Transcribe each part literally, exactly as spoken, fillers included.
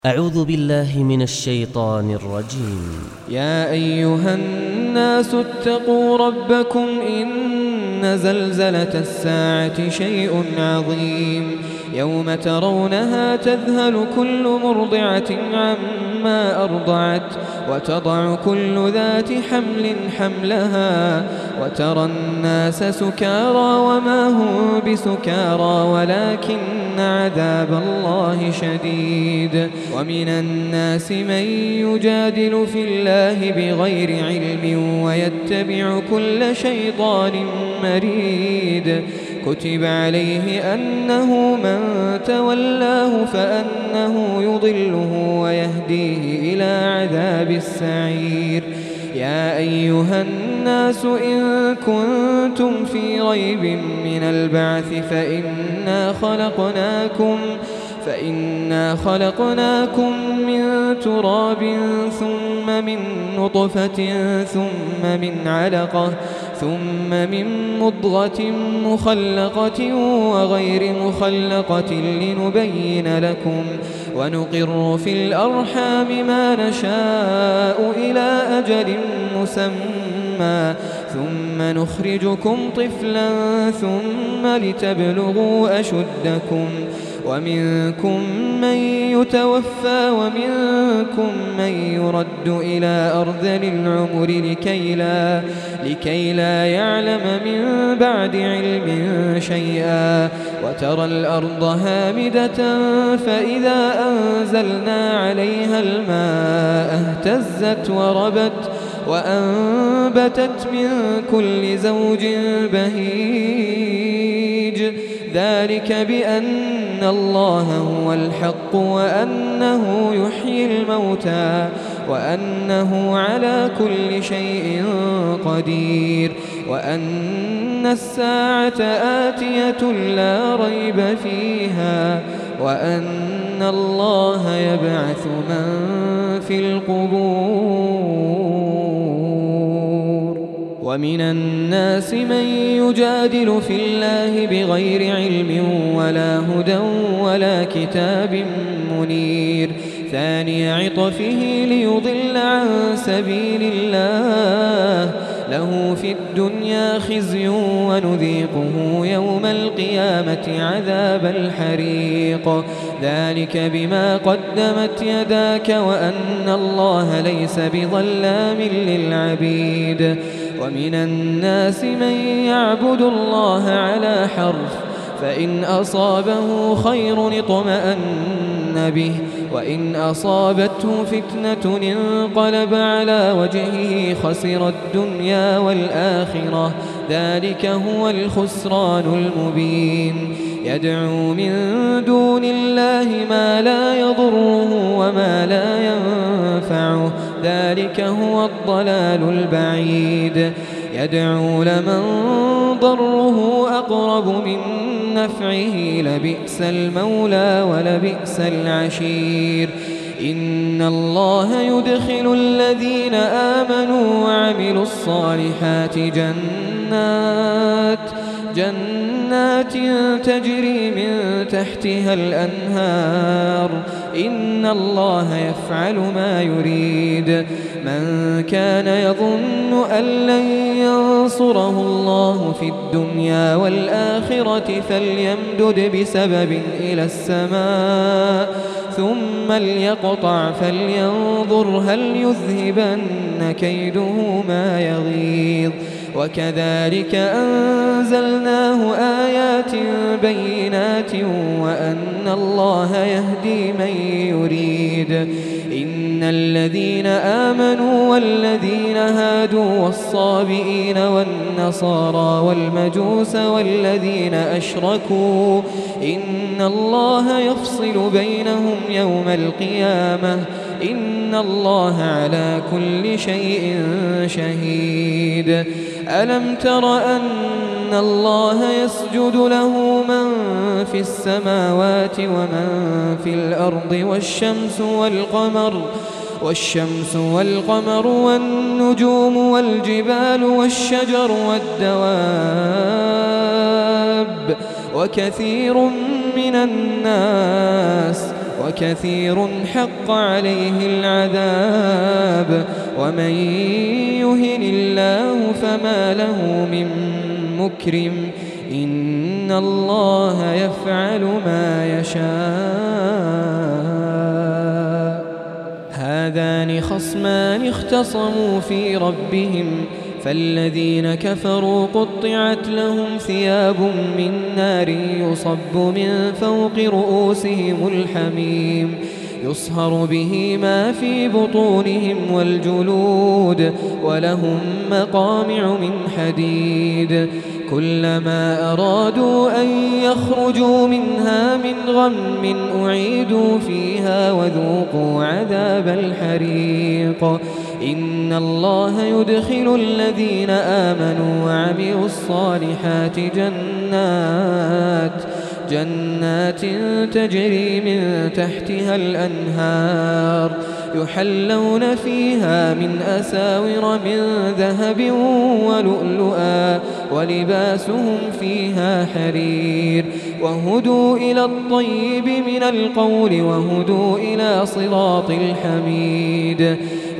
أعوذ بالله من الشيطان الرجيم. يا أيها الناس اتقوا ربكم إن زلزلة الساعة شيء عظيم يوم ترونها تذهل كل مرضعة عما أرضعت وتضع كل ذات حمل حملها وترى الناس سكارى وما هم بسكارى ولكن عذاب الله شديد. ومن الناس من يجادل في الله بغير علم ويتبع كل شيطان مريد. كتب عليه أنه من تولاه فأنه يضله ويهديه إلى عذاب السعير. يا أيها الناس إن كنتم في ريب من البعث فإنا خلقناكم فإنا خلقناكم من تراب ثم من نطفة ثم من علقة ثم من مضغة مخلقة وغير مخلقة لنبين لكم ونقر في الأرحام ما نشاء إلى أجل مسمى ثم نخرجكم طفلا ثم لتبلغوا أشدكم ومنكم من يتوفى ومنكم من يرد إلى أرذل العمر لكي لا, لكي لا يعلم من بعد علم شيئا. وترى الأرض هامدة فإذا أنزلنا عليها الماء اهتزت وربت وأنبتت من كل زوج بهيج. ذلك بأن الله هو الحق وأنه يحيي الموتى وأنه على كل شيء قدير وأن الساعة آتية لا ريب فيها وأن الله يبعث من في القبور. ومن الناس من يجادل في الله بغير علم ولا هدى ولا كتاب منير. ثاني عطفه ليضل عن سبيل الله له في الدنيا خزي ونذيقه يوم القيامة عذاب الحريق. ذلك بما قدمت يداك وأن الله ليس بظلام للعبيد. ومن الناس من يعبد الله على حرف فإن أصابه خير اطمأن به وإن أصابته فتنة انقلب على وجهه خسر الدنيا والآخرة. ذلك هو الخسران المبين. يدعو من دون الله ما لا يضره وما لا ينفعه. ذلك هو الضلال البعيد. يدعو لمن ضره أقرب من نفعه لبئس المولى ولبئس العشير. إن الله يدخل الذين آمنوا وعملوا الصالحات جنات جنات تجري من تحتها الأنهار. إن الله يفعل ما يريد. من كان يظن أن لن ينصره الله في الدنيا والآخرة فليمدد بسبب إلى السماء ثم ليقطع فلينظر هل يذهبن كيده ما يغيظ. وكذلك أنزلناه آيات بينات وأن الله يهدي من يريد. إن الذين آمنوا والذين هادوا والصابئين والنصارى والمجوس والذين أشركوا إن الله يفصل بينهم يوم القيامة. إن الله على كل شيء شهيد. ألم تر أن الله يسجد له من في السماوات ومن في الأرض والشمس والقمر والشمس والقمر والنجوم والجبال والشجر والدواب وكثير من الناس وكثير حق عليه العذاب ومن يهن الله فما له من مكرم إن الله يفعل ما يشاء. هذان خصمان اختصموا في ربهم فالذين كفروا قطعت لهم ثياب من نار يصب من فوق رؤوسهم الحميم يصهر به ما في بطونهم والجلود ولهم مقامع من حديد كلما أرادوا أن يخرجوا منها من غم أعيدوا فيها وذوقوا عذاب الحريق إن الله يدخل الذين آمنوا وعملوا الصالحات جنات جنات تجري من تحتها الأنهار يحلون فيها من أساور من ذهب ولؤلؤا ولباسهم فيها حرير وهدوا إلى الطيب من القول وهدوا إلى صراط الحميد.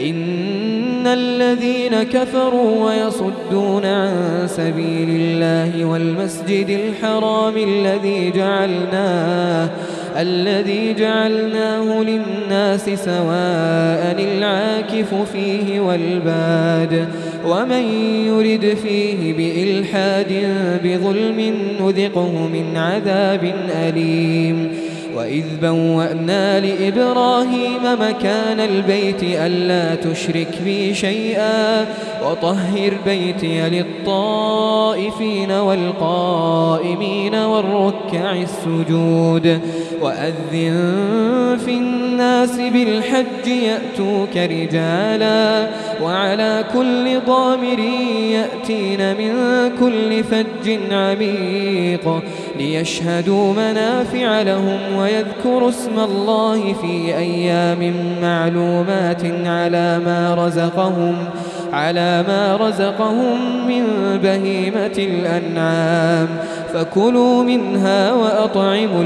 إن الذين كفروا ويصدون عن سبيل الله والمسجد الحرام الذي جعلناه الذي جعلناه للناس سواء العاكف فيه والباد ومن يرد فيه بإلحاد بظلم نذقه من عذاب أليم. وإذ بوأنا لإبراهيم مكان البيت ألا تشرك بي شيئا وطهر بيتي للطائفين والقائمين والركع السجود وأذن في الناس بالحج يأتوك رجالا وعلى كل ضامر يأتين من كل فج عميق ليشهدوا منافع لهم ويذكروا اسم الله في أيام معلومات على ما رزقهم على ما رزقهم من بهيمة الأنعام فكلوا منها وأطعموا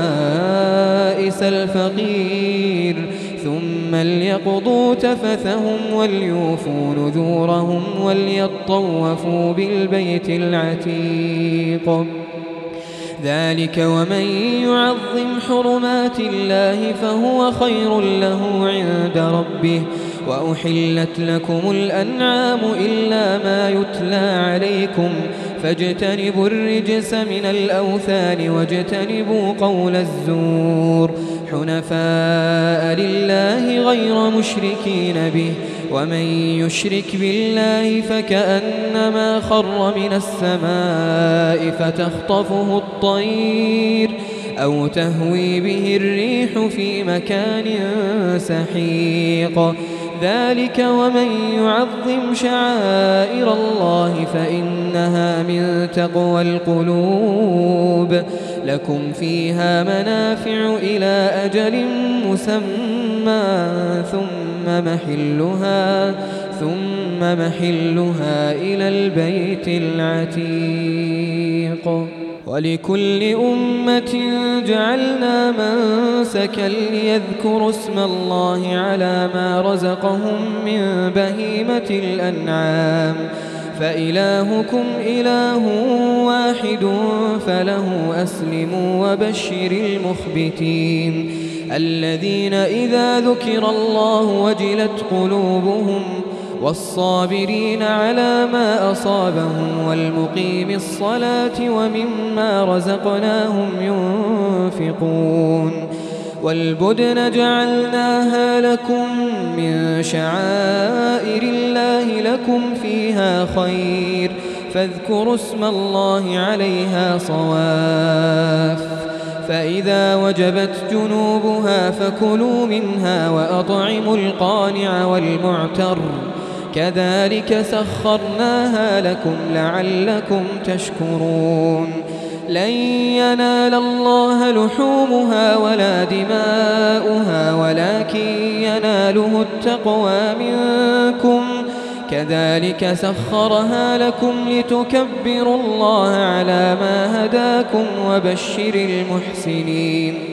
البائس الفقير ثم ليقضوا تفثهم وليوفوا نذورهم وليطوفوا بالبيت العتيق. ذلك ومن يعظم حرمات الله فهو خير له عند ربه. وأحلت لكم الأنعام إلا ما يتلى عليكم فاجتنبوا الرجس من الأوثان واجتنبوا قول الزور حنفاء لله غير مشركين به ومن يشرك بالله فكأنما خر من السماء فتخطفه الطير أو تهوي به الريح في مكان سحيق. ذلك ومن يعظم شعائر الله فإنها من تقوى القلوب. لكم فيها منافع إلى أجل مسمى ثم محلها ثم محلها إلى البيت العتيق. ولكل أمة جعلنا منسكا ليذكروا اسم الله على ما رزقهم من بهيمة الأنعام فإلهكم إله واحد فله أسلموا وبشر المخبتين الذين إذا ذكر الله وجلت قلوبهم والصابرين على ما أصابهم والمقيم الصلاة ومما رزقناهم ينفقون. والبدن جعلناها لكم من شعائر الله لكم فيها خير فاذكروا اسم الله عليها صواف فإذا وجبت جنوبها فكلوا منها وأطعموا القانع والمعتر كذلك سخرناها لكم لعلكم تشكرون. لن ينال الله لحومها ولا دماؤها ولكن يناله التقوى منكم كذلك سخرها لكم لتكبروا الله على ما هداكم وبشر المحسنين.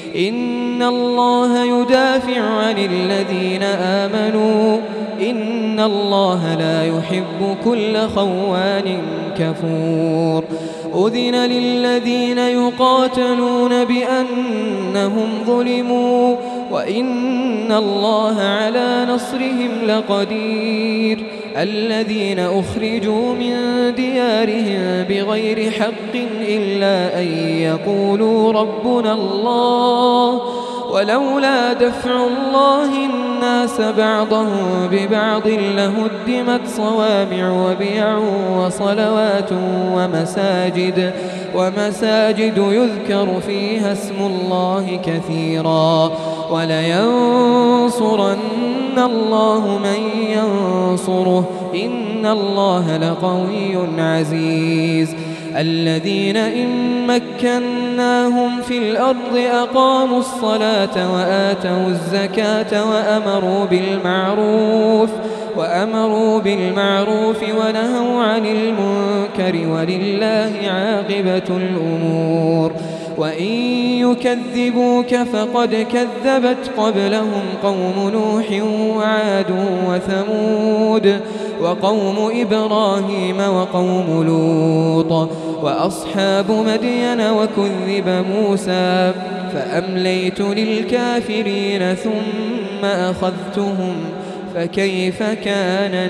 إن الله يدافع عن الذين آمنوا إن الله لا يحب كل خوان كفور أذن للذين يقاتلون بأنهم ظلموا وإن الله على نصرهم لقدير الذين أخرجوا من ديارهم بغير حق إلا أن يقولوا ربنا الله ولولا دفع الله الناس بعضهم ببعض لهدمت صوامع وبيع وصلوات ومساجد ومساجد يذكر فيها اسم الله كثيرا ولينصرن الله من ينصره إن الله لقوي عزيز الذين إن مكناهم في الأرض أقاموا الصلاة وآتوا الزكاة وأمروا بالمعروف وأمروا بالمعروف ونهوا عن المنكر ولله عاقبة الأمور وإن يكذبوك فقد كذبت قبلهم قوم نوح وعاد وثمود وقوم إبراهيم وقوم لوط وأصحاب مدين وكذب موسى فأمليت للكافرين ثم أخذتهم فكيف كان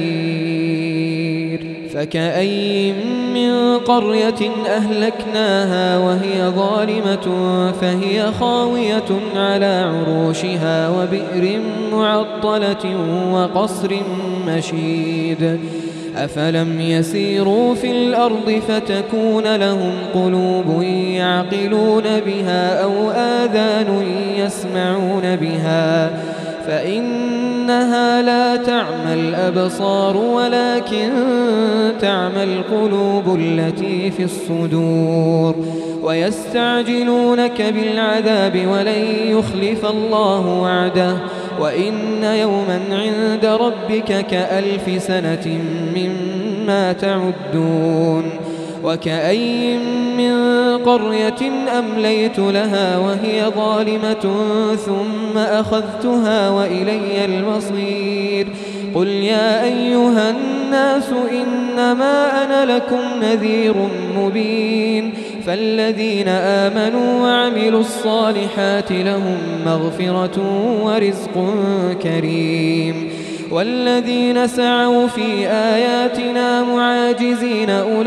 نكير فكأي من قرية أهلكناها وهي ظالمة فهي خاوية على عروشها وبئر معطلة وقصر مشيد أفلم يسيروا في الأرض فتكون لهم قلوب يعقلون بها أو آذان يسمعون بها فإنها لا تعمى الأبصار ولكن تعمى القلوب التي في الصدور ويستعجلونك بالعذاب ولن يخلف الله وعده وإن يوما عند ربك كألف سنة مما تعدون وكأي من قرية أمليت لها وهي ظالمة ثم أخذتها وإلي المصير قل يا أيها الناس إنما أنا لكم نذير مبين فالذين آمنوا وعملوا الصالحات لهم مغفرة ورزق كريم والذين سعوا في آياتنا معاجزين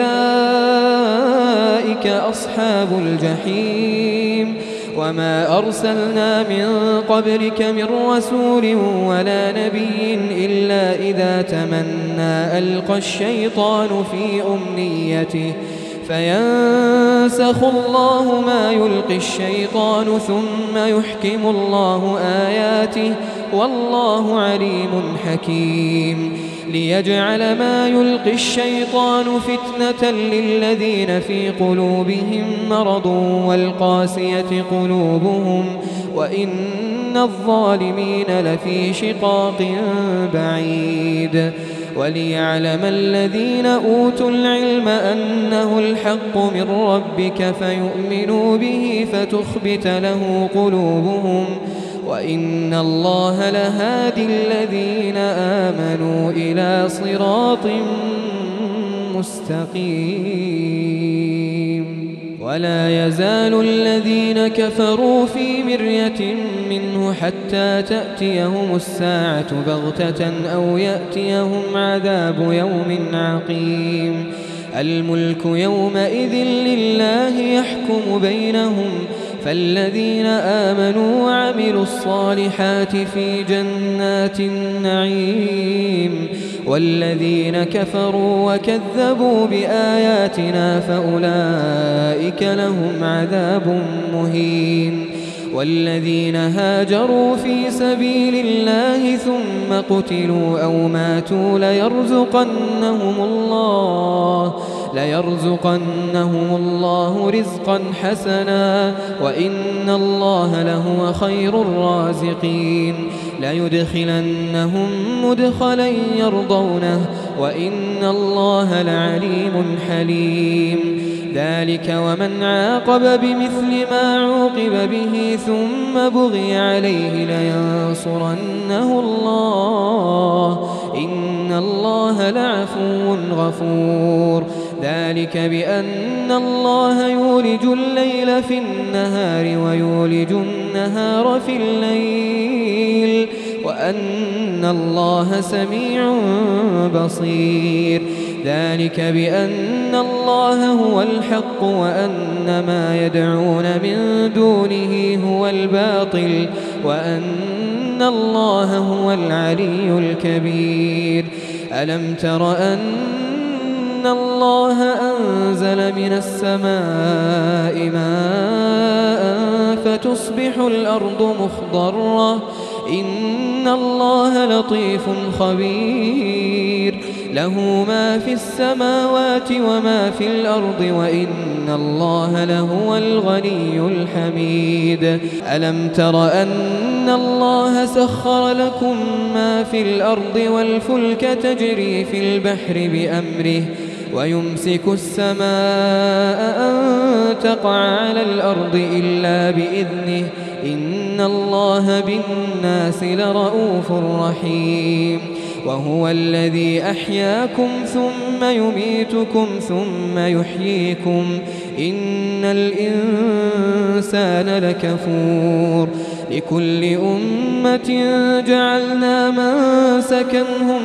أولئك أصحاب الجحيم وما أرسلنا من قبلك من رسول ولا نبي إلا إذا تمنى ألقى الشيطان في أمنيته فينسخ الله ما يلقي الشيطان ثم يحكم الله آياته والله عليم حكيم ليجعل ما يلقي الشيطان فتنة للذين في قلوبهم مرض والقاسية قلوبهم وإن الظالمين لفي شقاق بعيد وليعلم الذين أوتوا العلم أنه الحق من ربك فيؤمنوا به فتخبت له قلوبهم وإن الله لهادي الذين آمنوا إلى صراط مستقيم ولا يزال الذين كفروا في مرية منه حتى تأتيهم الساعة بغتة أو يأتيهم عذاب يوم عقيم الملك يومئذ لله يحكم بينهم فالذين آمنوا وعملوا الصالحات في جنات النعيم والذين كفروا وكذبوا بآياتنا فأولئك لهم عذاب مهين والذين هاجروا في سبيل الله ثم قتلوا أو ماتوا ليرزقنهم الله ليرزقنهم الله رزقا حسنا وإن الله لهو خير الرازقين ليدخلنهم مدخلا يرضونه وإن الله لعليم حليم ذلك ومن عاقب بمثل ما عوقب به ثم بغي عليه لينصرنه الله إن الله لعفو غفور ذلك بأن الله يولج الليل في النهار ويولج النهار في الليل وأن الله سميع بصير ذلك بأن الله هو الحق وأن ما يدعون من دونه هو الباطل وأن الله هو العلي الكبير ألم تر أن الله أنزل من السماء ماء فتصبح الأرض مخضرة إن الله لطيف خبير له ما في السماوات وما في الأرض وإن الله لهو الغني الحميد ألم تر أن الله سخر لكم ما في الأرض والفلك تجري في البحر بأمره ويمسك السماء أن تقع على الأرض إلا بإذنه إن الله بالناس لرؤوف رحيم وهو الذي أحياكم ثم يميتكم ثم يحييكم إن الإنسان لكفور لكل أمة جعلنا منسكا هم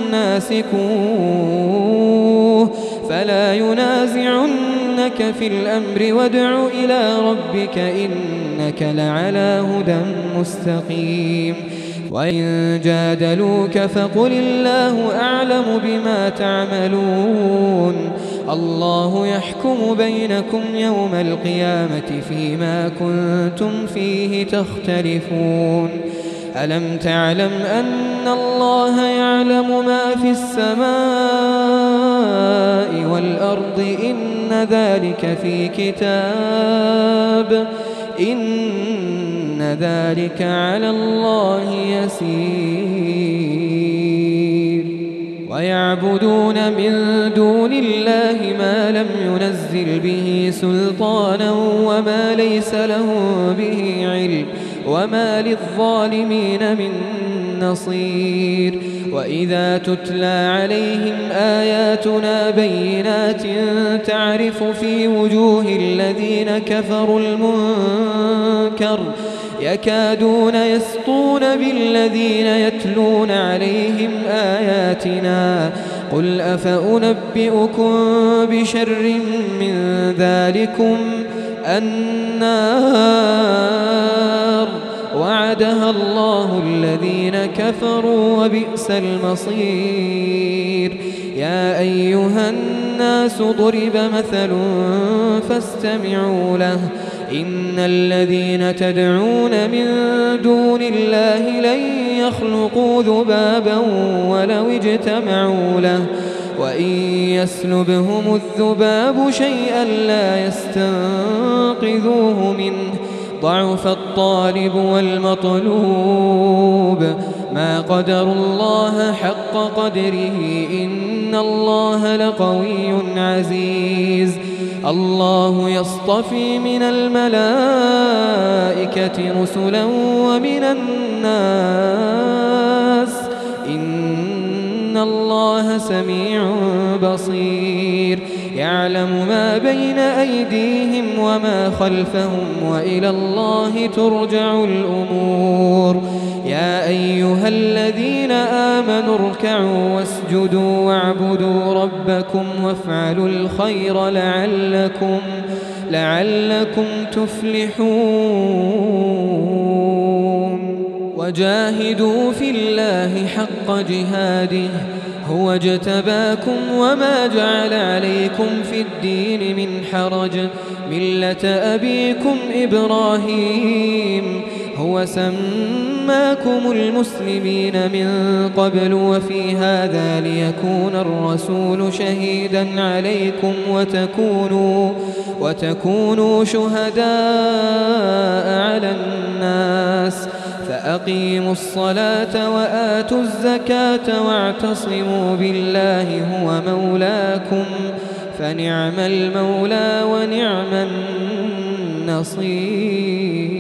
ناسكوه فلا ينازعنك في الأمر وادع إلى ربك إنك لعلى هدى مستقيم وإن جادلوك فقل الله أعلم بما تعملون الله يحكم بينكم يوم القيامة فيما كنتم فيه تختلفون ألم تعلم أن الله يعلم ما في السماء والأرض إن ذلك في كتاب إن ذلك على الله يسير ويعبدون من دون الله ما لم ينزل به سلطانا وما ليس له به علم وما للظالمين من نصير وإذا تتلى عليهم آياتنا بينات تعرف في وجوه الذين كفروا المنكر يكادون يسطون بالذين يتلون عليهم آياتنا قل أفأنبئكم بشر من ذلكم النار وعدها الله الذين كفروا وبئس المصير يا أيها الناس ضرب مثل فاستمعوا له إن الذين تدعون من دون الله لن يخلقوا ذبابا ولو اجتمعوا له وإن يسلبهم الذباب شيئا لا يستنقذوه منه ضعف الطالب والمطلوب ما قدروا الله حق قدره إن الله لقوي عزيز الله يصطفي من الملائكة رسلا ومن الناس إن الله سميع بصير يعلم ما بين أيديهم وما خلفهم وإلى الله ترجع الأمور يا أيها الذين آمنوا اركعوا واسجدوا واعبدوا ربكم وافعلوا الخير لعلكم لعلكم تفلحون وجاهدوا في الله حق جهاده هو اجتباكم وما جعل عليكم في الدين من حرج ملة أبيكم إبراهيم هو سماكم المسلمين من قبل وفي هذا ليكون الرسول شهيدا عليكم وتكونوا, وتكونوا شهداء على الناس فأقيموا الصلاة وآتوا الزكاة واعتصموا بالله هو مولاكم فنعم المولى ونعم النصير.